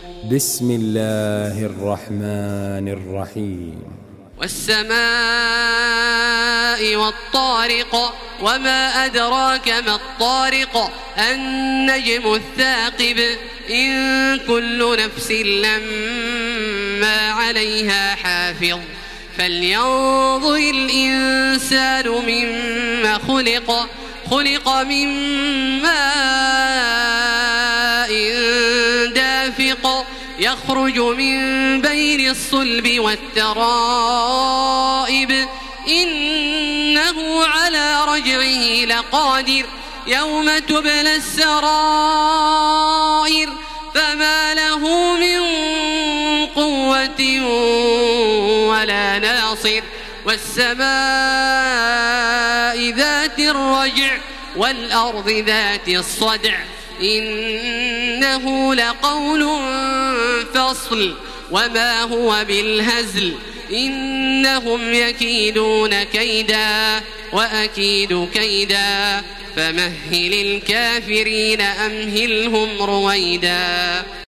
بسم الله الرحمن الرحيم. والسماء والطارق وما أدراك ما الطارق النجم الثاقب إن كل نفس لما عليها حافظ فلينظر الإنسان مما خلق من ماء دافق يخرج من بين الصلب والترائب إنه على رجعه لقادر يوم تبلى السرائر فما له من قوة ولا ناصر والسماء ذات الرجع والأرض ذات الصدع إنه لقول فصل وما هو بالهزل إنهم يكيدون كيدا وأكيد كيدا فمهل الكافرين أمهلهم رويدا.